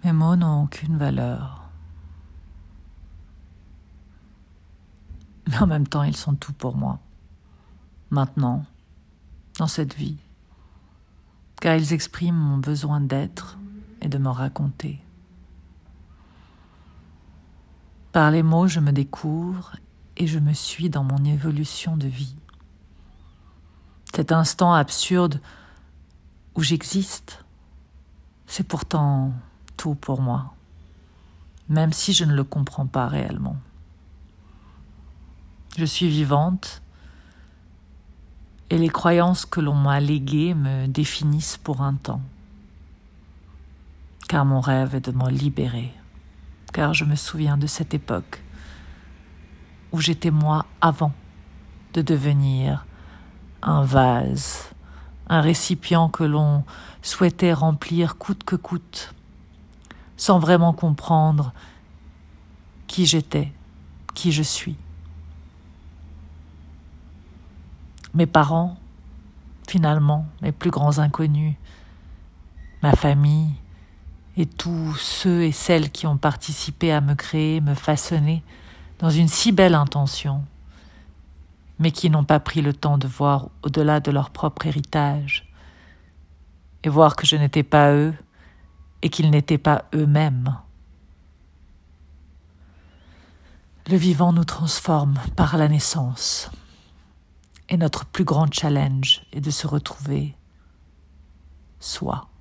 Mes mots n'ont aucune valeur. Mais en même temps, ils sont tout pour moi. Maintenant, dans cette vie. Car ils expriment mon besoin d'être et de me raconter. Par les mots, je me découvre et je me suis dans mon évolution de vie. Cet instant absurde où j'existe, c'est pourtant tout pour moi, même si je ne le comprends pas réellement. Je suis vivante et les croyances que l'on m'a léguées me définissent pour un temps. Car mon rêve est de me libérer, car je me souviens de cette époque où j'étais moi avant de devenir un vase, un récipient que l'on souhaitait remplir coûte que coûte, sans vraiment comprendre qui j'étais, qui je suis. Mes parents, finalement, mes plus grands inconnus, ma famille et tous ceux et celles qui ont participé à me créer, me façonner dans une si belle intention, mais qui n'ont pas pris le temps de voir au-delà de leur propre héritage et voir que je n'étais pas eux et qu'ils n'étaient pas eux-mêmes. Le vivant nous transforme par la naissance et notre plus grand challenge est de se retrouver soi.